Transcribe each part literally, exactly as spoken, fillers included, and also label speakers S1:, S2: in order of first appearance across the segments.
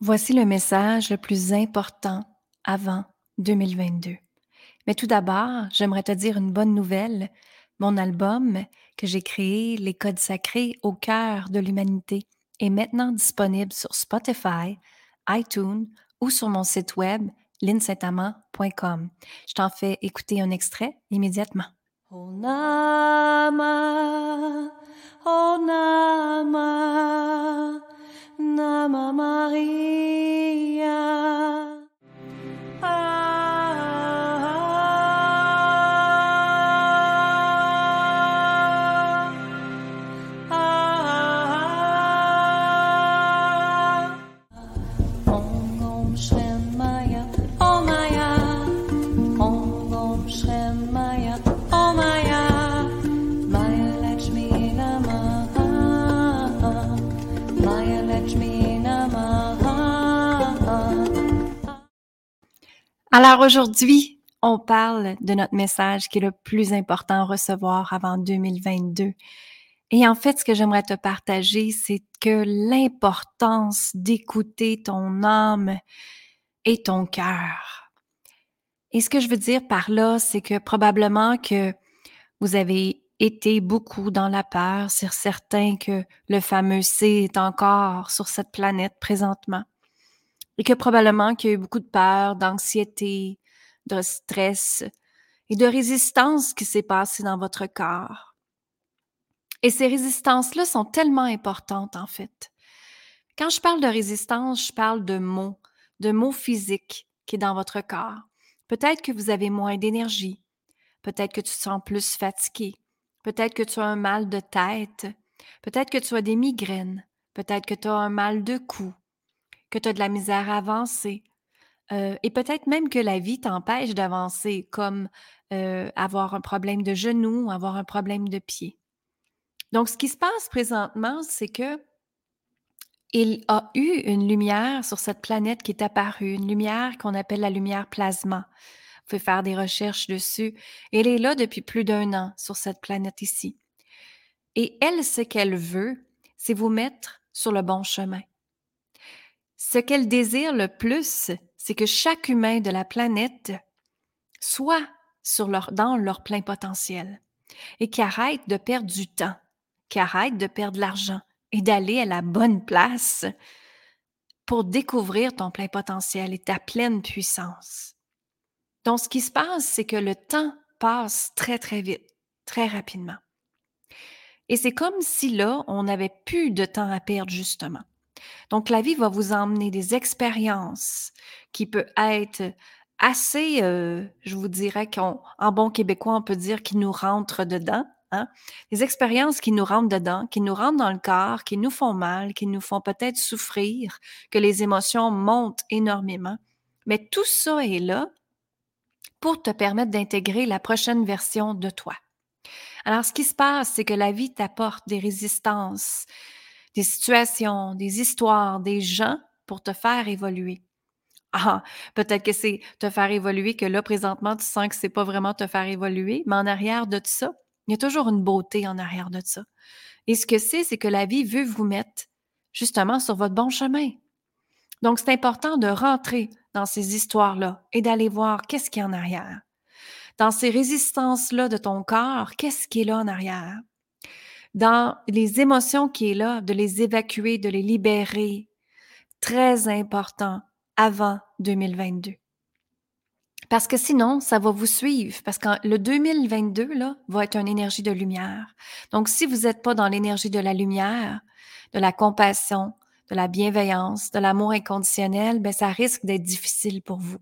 S1: Voici le message le plus important avant deux mille vingt-deux. Mais tout d'abord, j'aimerais te dire une bonne nouvelle. Mon album que j'ai créé, Les Codes sacrés au cœur de l'humanité, est maintenant disponible sur Spotify, iTunes ou sur mon site web lynne saint amand point com. Je t'en fais écouter un extrait immédiatement.
S2: Oh Nama, oh Nama, Nama Maria.
S1: Alors aujourd'hui, on parle de notre message qui est le plus important à recevoir avant deux mille vingt-deux. Et en fait, ce que j'aimerais te partager, c'est que l'importance d'écouter ton âme et ton cœur. Et ce que je veux dire par là, c'est que probablement que vous avez été beaucoup dans la peur, c'est certain que le fameux C est encore sur cette planète présentement. Et que probablement qu'il y a eu beaucoup de peur, d'anxiété, de stress et de résistance qui s'est passée dans votre corps. Et ces résistances-là sont tellement importantes, en fait. Quand je parle de résistance, je parle de mots, de mots physiques qui est dans votre corps. Peut-être que vous avez moins d'énergie. Peut-être que tu te sens plus fatigué. Peut-être que tu as un mal de tête. Peut-être que tu as des migraines. Peut-être que tu as un mal de cou, que tu as de la misère à avancer. Euh, et peut-être même que la vie t'empêche d'avancer, comme euh, avoir un problème de genou, avoir un problème de pied. Donc, ce qui se passe présentement, c'est que il a eu une lumière sur cette planète qui est apparue, une lumière qu'on appelle la lumière plasma. Vous pouvez faire des recherches dessus. Elle est là depuis plus d'un an sur cette planète ici. Et elle, ce qu'elle veut, c'est vous mettre sur le bon chemin. Ce qu'elle désire le plus, c'est que chaque humain de la planète soit sur leur, dans leur plein potentiel et qui arrête de perdre du temps, qui arrête de perdre de l'argent et d'aller à la bonne place pour découvrir ton plein potentiel et ta pleine puissance. Donc, ce qui se passe, c'est que le temps passe très, très vite, très rapidement. Et c'est comme si là, on n'avait plus de temps à perdre, justement. Donc, la vie va vous emmener des expériences qui peuvent être assez, euh, je vous dirais qu'en bon québécois, on peut dire qu'ils nous rentrent dedans. Hein? Des expériences qui nous rentrent dedans, qui nous rentrent dans le corps, qui nous font mal, qui nous font peut-être souffrir, que les émotions montent énormément. Mais tout ça est là pour te permettre d'intégrer la prochaine version de toi. Alors, ce qui se passe, c'est que la vie t'apporte des résistances, des situations, des histoires, des gens pour te faire évoluer. Ah, peut-être que c'est te faire évoluer que là, présentement, tu sens que c'est pas vraiment te faire évoluer, mais en arrière de ça, il y a toujours une beauté en arrière de ça. Et ce que c'est, c'est que la vie veut vous mettre justement sur votre bon chemin. Donc, c'est important de rentrer dans ces histoires-là et d'aller voir qu'est-ce qu'il y a en arrière. Dans ces résistances-là de ton corps, qu'est-ce qui est là en arrière? Dans les émotions qui est là, de les évacuer, de les libérer. Très important avant deux mille vingt-deux. Parce que sinon, ça va vous suivre. Parce que le deux mille vingt-deux, là, va être une énergie de lumière. Donc, si vous n'êtes pas dans l'énergie de la lumière, de la compassion, de la bienveillance, de l'amour inconditionnel, ben ça risque d'être difficile pour vous.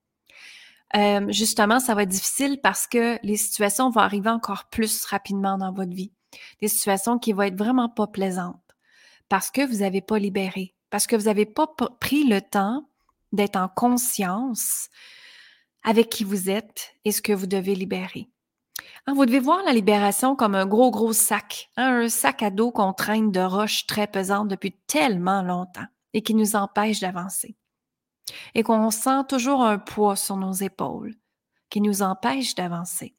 S1: Euh, justement, ça va être difficile parce que les situations vont arriver encore plus rapidement dans votre vie. Des situations qui vont être vraiment pas plaisantes parce que vous n'avez pas libéré, parce que vous n'avez pas p- pris le temps d'être en conscience avec qui vous êtes et ce que vous devez libérer. Hein, vous devez voir la libération comme un gros, gros sac, hein, un sac à dos qu'on traîne de roches très pesantes depuis tellement longtemps et qui nous empêche d'avancer. Et qu'on sent toujours un poids sur nos épaules qui nous empêche d'avancer.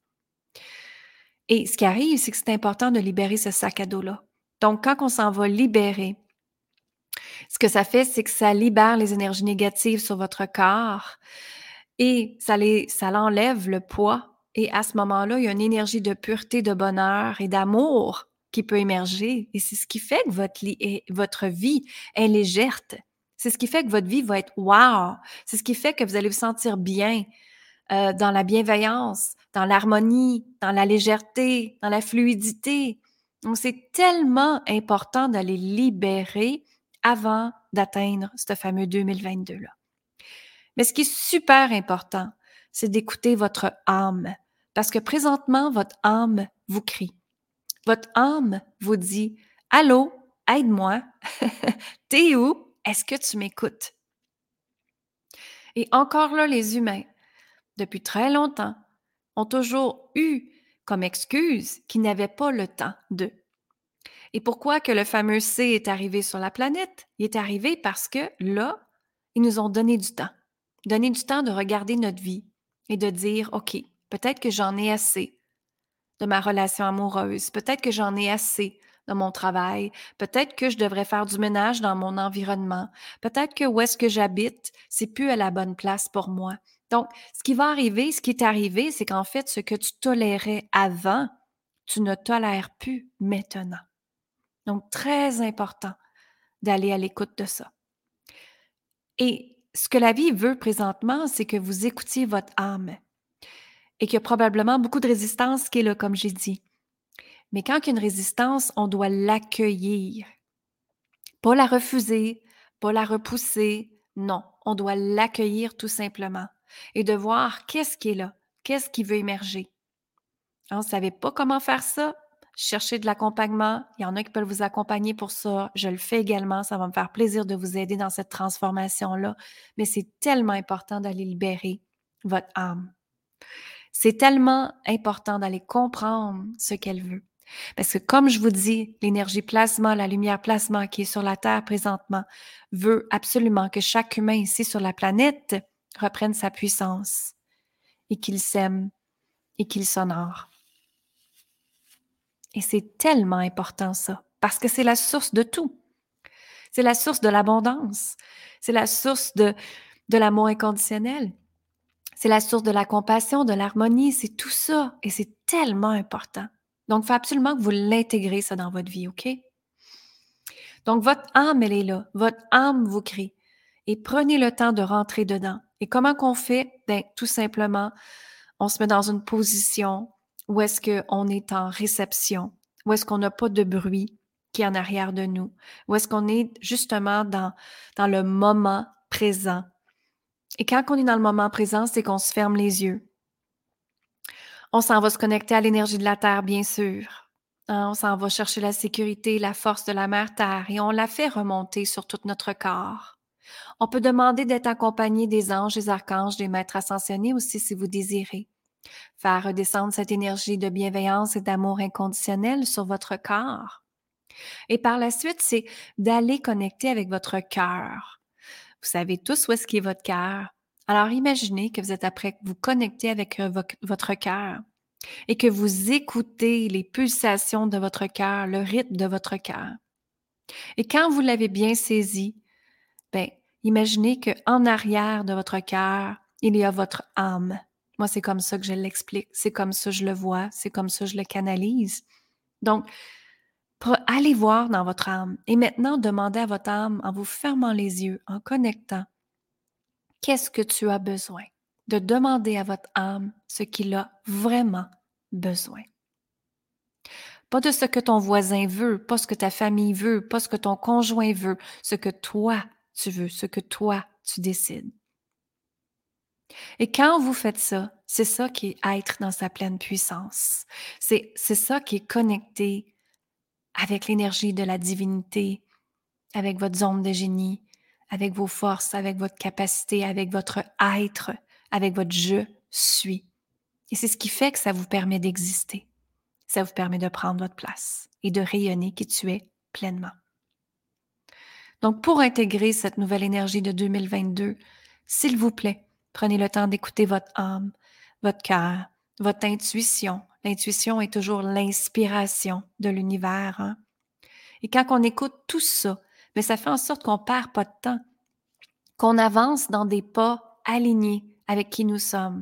S1: Et ce qui arrive, c'est que c'est important de libérer ce sac à dos-là. Donc, quand on s'en va libérer, Ce que ça fait, c'est que ça libère les énergies négatives sur votre corps et ça, les, ça l'enlève le poids. Et à ce moment-là, il y a une énergie de pureté, de bonheur et d'amour qui peut émerger. Et c'est ce qui fait que votre, li- votre vie est légère. C'est ce qui fait que votre vie va être wow. C'est ce qui fait que vous allez vous sentir bien euh, dans la bienveillance, dans l'harmonie, dans la légèreté, dans la fluidité. Donc, c'est tellement important d'aller libérer avant d'atteindre ce fameux deux mille vingt-deux-là. Mais ce qui est super important, c'est d'écouter votre âme. Parce que présentement, votre âme vous crie. Votre âme vous dit « Allô, aide-moi, t'es où? Est-ce que tu m'écoutes? » Et encore là, les humains, depuis très longtemps, ont toujours eu comme excuse qu'ils n'avaient pas le temps d'eux. Et pourquoi que le fameux C est arrivé sur la planète? Il est arrivé parce que là, ils nous ont donné du temps. Donné du temps de regarder notre vie et de dire, OK, peut-être que j'en ai assez de ma relation amoureuse, peut-être que j'en ai assez de mon travail, peut-être que je devrais faire du ménage dans mon environnement, peut-être que où est-ce que j'habite, c'est plus à la bonne place pour moi. Donc, ce qui va arriver, ce qui est arrivé, c'est qu'en fait, ce que tu tolérais avant, tu ne tolères plus maintenant. Donc, très important d'aller à l'écoute de ça. Et ce que la vie veut présentement, c'est que vous écoutiez votre âme et qu'il y a probablement beaucoup de résistance qui est là, comme j'ai dit. Mais quand il y a une résistance, on doit l'accueillir. Pas la refuser, pas la repousser. Non, on doit l'accueillir tout simplement et de voir qu'est-ce qui est là, qu'est-ce qui veut émerger. Hein, vous ne savez pas comment faire ça? Cherchez de l'accompagnement. Il y en a qui peuvent vous accompagner pour ça. Je le fais également. Ça va me faire plaisir de vous aider dans cette transformation-là. Mais c'est tellement important d'aller libérer votre âme. C'est tellement important d'aller comprendre ce qu'elle veut. Parce que comme je vous dis, l'énergie plasma, la lumière plasma qui est sur la Terre présentement, veut absolument que chaque humain ici sur la planète reprenne sa puissance et qu'il s'aime et qu'il s'honore. Et c'est tellement important ça, parce que c'est la source de tout. C'est la source de l'abondance. C'est la source de, de l'amour inconditionnel. C'est la source de la compassion, de l'harmonie. C'est tout ça. Et c'est tellement important. Donc, il faut absolument que vous l'intégrez ça dans votre vie, OK? Donc, votre âme, elle est là. Votre âme vous crie. Et prenez le temps de rentrer dedans. Et comment qu'on fait? Bien, tout simplement, on se met dans une position où est-ce qu'on est en réception, où est-ce qu'on n'a pas de bruit qui est en arrière de nous, où est-ce qu'on est justement dans, dans le moment présent. Et quand on est dans le moment présent, c'est qu'on se ferme les yeux. On s'en va se connecter à l'énergie de la Terre, bien sûr. Hein, on s'en va chercher la sécurité, la force de la Mère Terre et on la fait remonter sur tout notre corps. On peut demander d'être accompagné des anges, des archanges, des maîtres ascensionnés aussi si vous désirez. Faire redescendre cette énergie de bienveillance et d'amour inconditionnel sur votre corps. Et par la suite, c'est d'aller connecter avec votre cœur. Vous savez tous où est-ce qu'est votre cœur. Alors imaginez que vous êtes après vous connecter avec vo- votre cœur et que vous écoutez les pulsations de votre cœur, le rythme de votre cœur. Et quand vous l'avez bien saisi, ben, imaginez qu'en arrière de votre cœur, il y a votre âme. Moi, c'est comme ça que je l'explique, c'est comme ça que je le vois, c'est comme ça que je le canalise. Donc, allez voir dans votre âme et maintenant, demandez à votre âme, en vous fermant les yeux, en connectant, qu'est-ce que tu as besoin? De demander à votre âme ce qu'il a vraiment besoin. Pas de ce que ton voisin veut, pas ce que ta famille veut, pas ce que ton conjoint veut, ce que toi, tu veux, ce que toi, tu décides. Et quand vous faites ça, c'est ça qui est être dans sa pleine puissance. C'est, c'est ça qui est connecté avec l'énergie de la divinité, avec votre zone de génie, avec vos forces, avec votre capacité, avec votre être, avec votre je suis. Et c'est ce qui fait que ça vous permet d'exister. Ça vous permet de prendre votre place et de rayonner qui tu es pleinement. Donc, pour intégrer cette nouvelle énergie de deux mille vingt-deux, s'il vous plaît, prenez le temps d'écouter votre âme, votre cœur, votre intuition. L'intuition est toujours l'inspiration de l'univers. Hein? Et quand on écoute tout ça, mais ça fait en sorte qu'on perd pas de temps, qu'on avance dans des pas alignés avec qui nous sommes,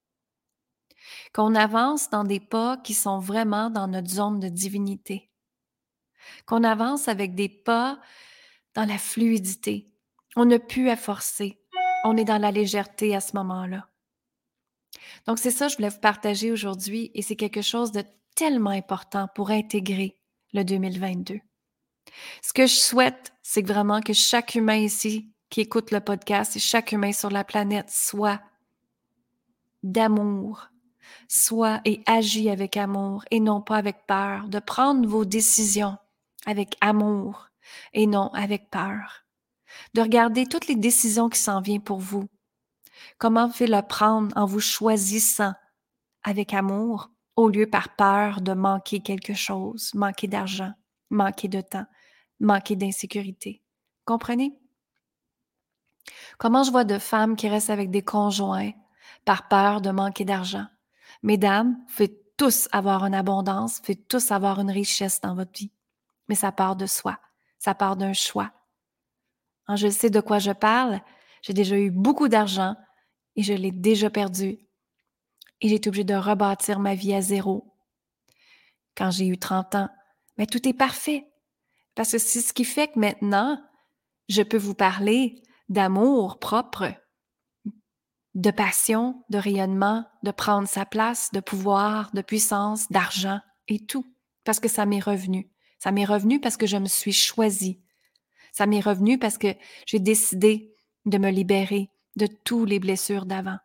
S1: qu'on avance dans des pas qui sont vraiment dans notre zone de divinité, qu'on avance avec des pas dans la fluidité. On n'a plus à forcer. On est dans la légèreté à ce moment-là. Donc, c'est ça que je voulais vous partager aujourd'hui et c'est quelque chose de tellement important pour intégrer le deux mille vingt-deux. Ce que je souhaite, c'est que vraiment que chaque humain ici qui écoute le podcast et chaque humain sur la planète soit d'amour, soit et agit avec amour et non pas avec peur, de prendre vos décisions avec amour et non avec peur, de regarder toutes les décisions qui s'en viennent pour vous. Comment vous le prendre en vous choisissant avec amour au lieu par peur de manquer quelque chose, manquer d'argent, manquer de temps, manquer d'insécurité. Comprenez? Comment je vois de femmes qui restent avec des conjoints par peur de manquer d'argent. Mesdames, vous faites tous avoir une abondance, vous faites tous avoir une richesse dans votre vie. Mais ça part de soi, ça part d'un choix. Quand je sais de quoi je parle, j'ai déjà eu beaucoup d'argent et je l'ai déjà perdu. Et j'ai été obligée de rebâtir ma vie à zéro. Quand j'ai eu trente ans, mais tout est parfait. Parce que c'est ce qui fait que maintenant, je peux vous parler d'amour propre, de passion, de rayonnement, de prendre sa place, de pouvoir, de puissance, d'argent et tout. Parce que ça m'est revenu. Ça m'est revenu parce que je me suis choisie. Ça m'est revenu parce que j'ai décidé de me libérer de toutes les blessures d'avant.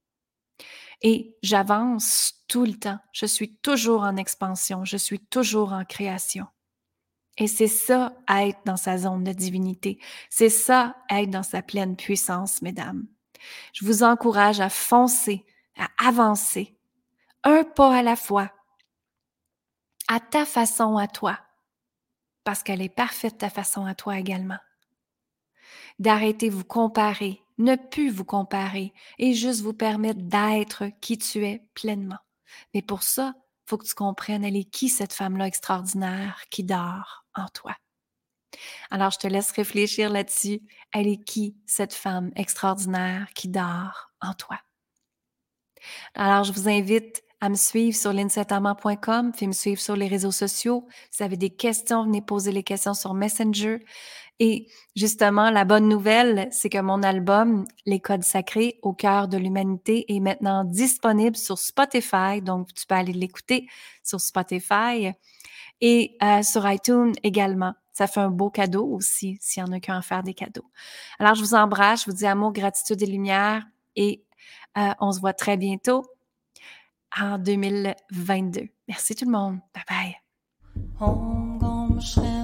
S1: Et j'avance tout le temps. Je suis toujours en expansion. Je suis toujours en création. Et c'est ça, être dans sa zone de divinité. C'est ça, être dans sa pleine puissance, mesdames. Je vous encourage à foncer, à avancer, un pas à la fois, à ta façon à toi, parce qu'elle est parfaite ta façon à toi également. D'arrêter de vous comparer, ne plus vous comparer et juste vous permettre d'être qui tu es pleinement. Mais pour ça, il faut que tu comprennes, elle est qui cette femme-là extraordinaire qui dort en toi. Alors, je te laisse réfléchir là-dessus. Elle est qui cette femme extraordinaire qui dort en toi? Alors, je vous invite à me suivre sur lindsay amand point com, puis me suivre sur les réseaux sociaux. Si vous avez des questions, venez poser les questions sur Messenger. Et justement, la bonne nouvelle, c'est que mon album, Les Codes Sacrés au cœur de l'humanité, est maintenant disponible sur Spotify. Donc, tu peux aller l'écouter sur Spotify et euh, sur iTunes également. Ça fait un beau cadeau aussi, s'il y en a qui ont à faire des cadeaux. Alors, je vous embrasse, je vous dis amour, gratitude et lumière et euh, on se voit très bientôt en deux mille vingt-deux. Merci tout le monde. Bye bye.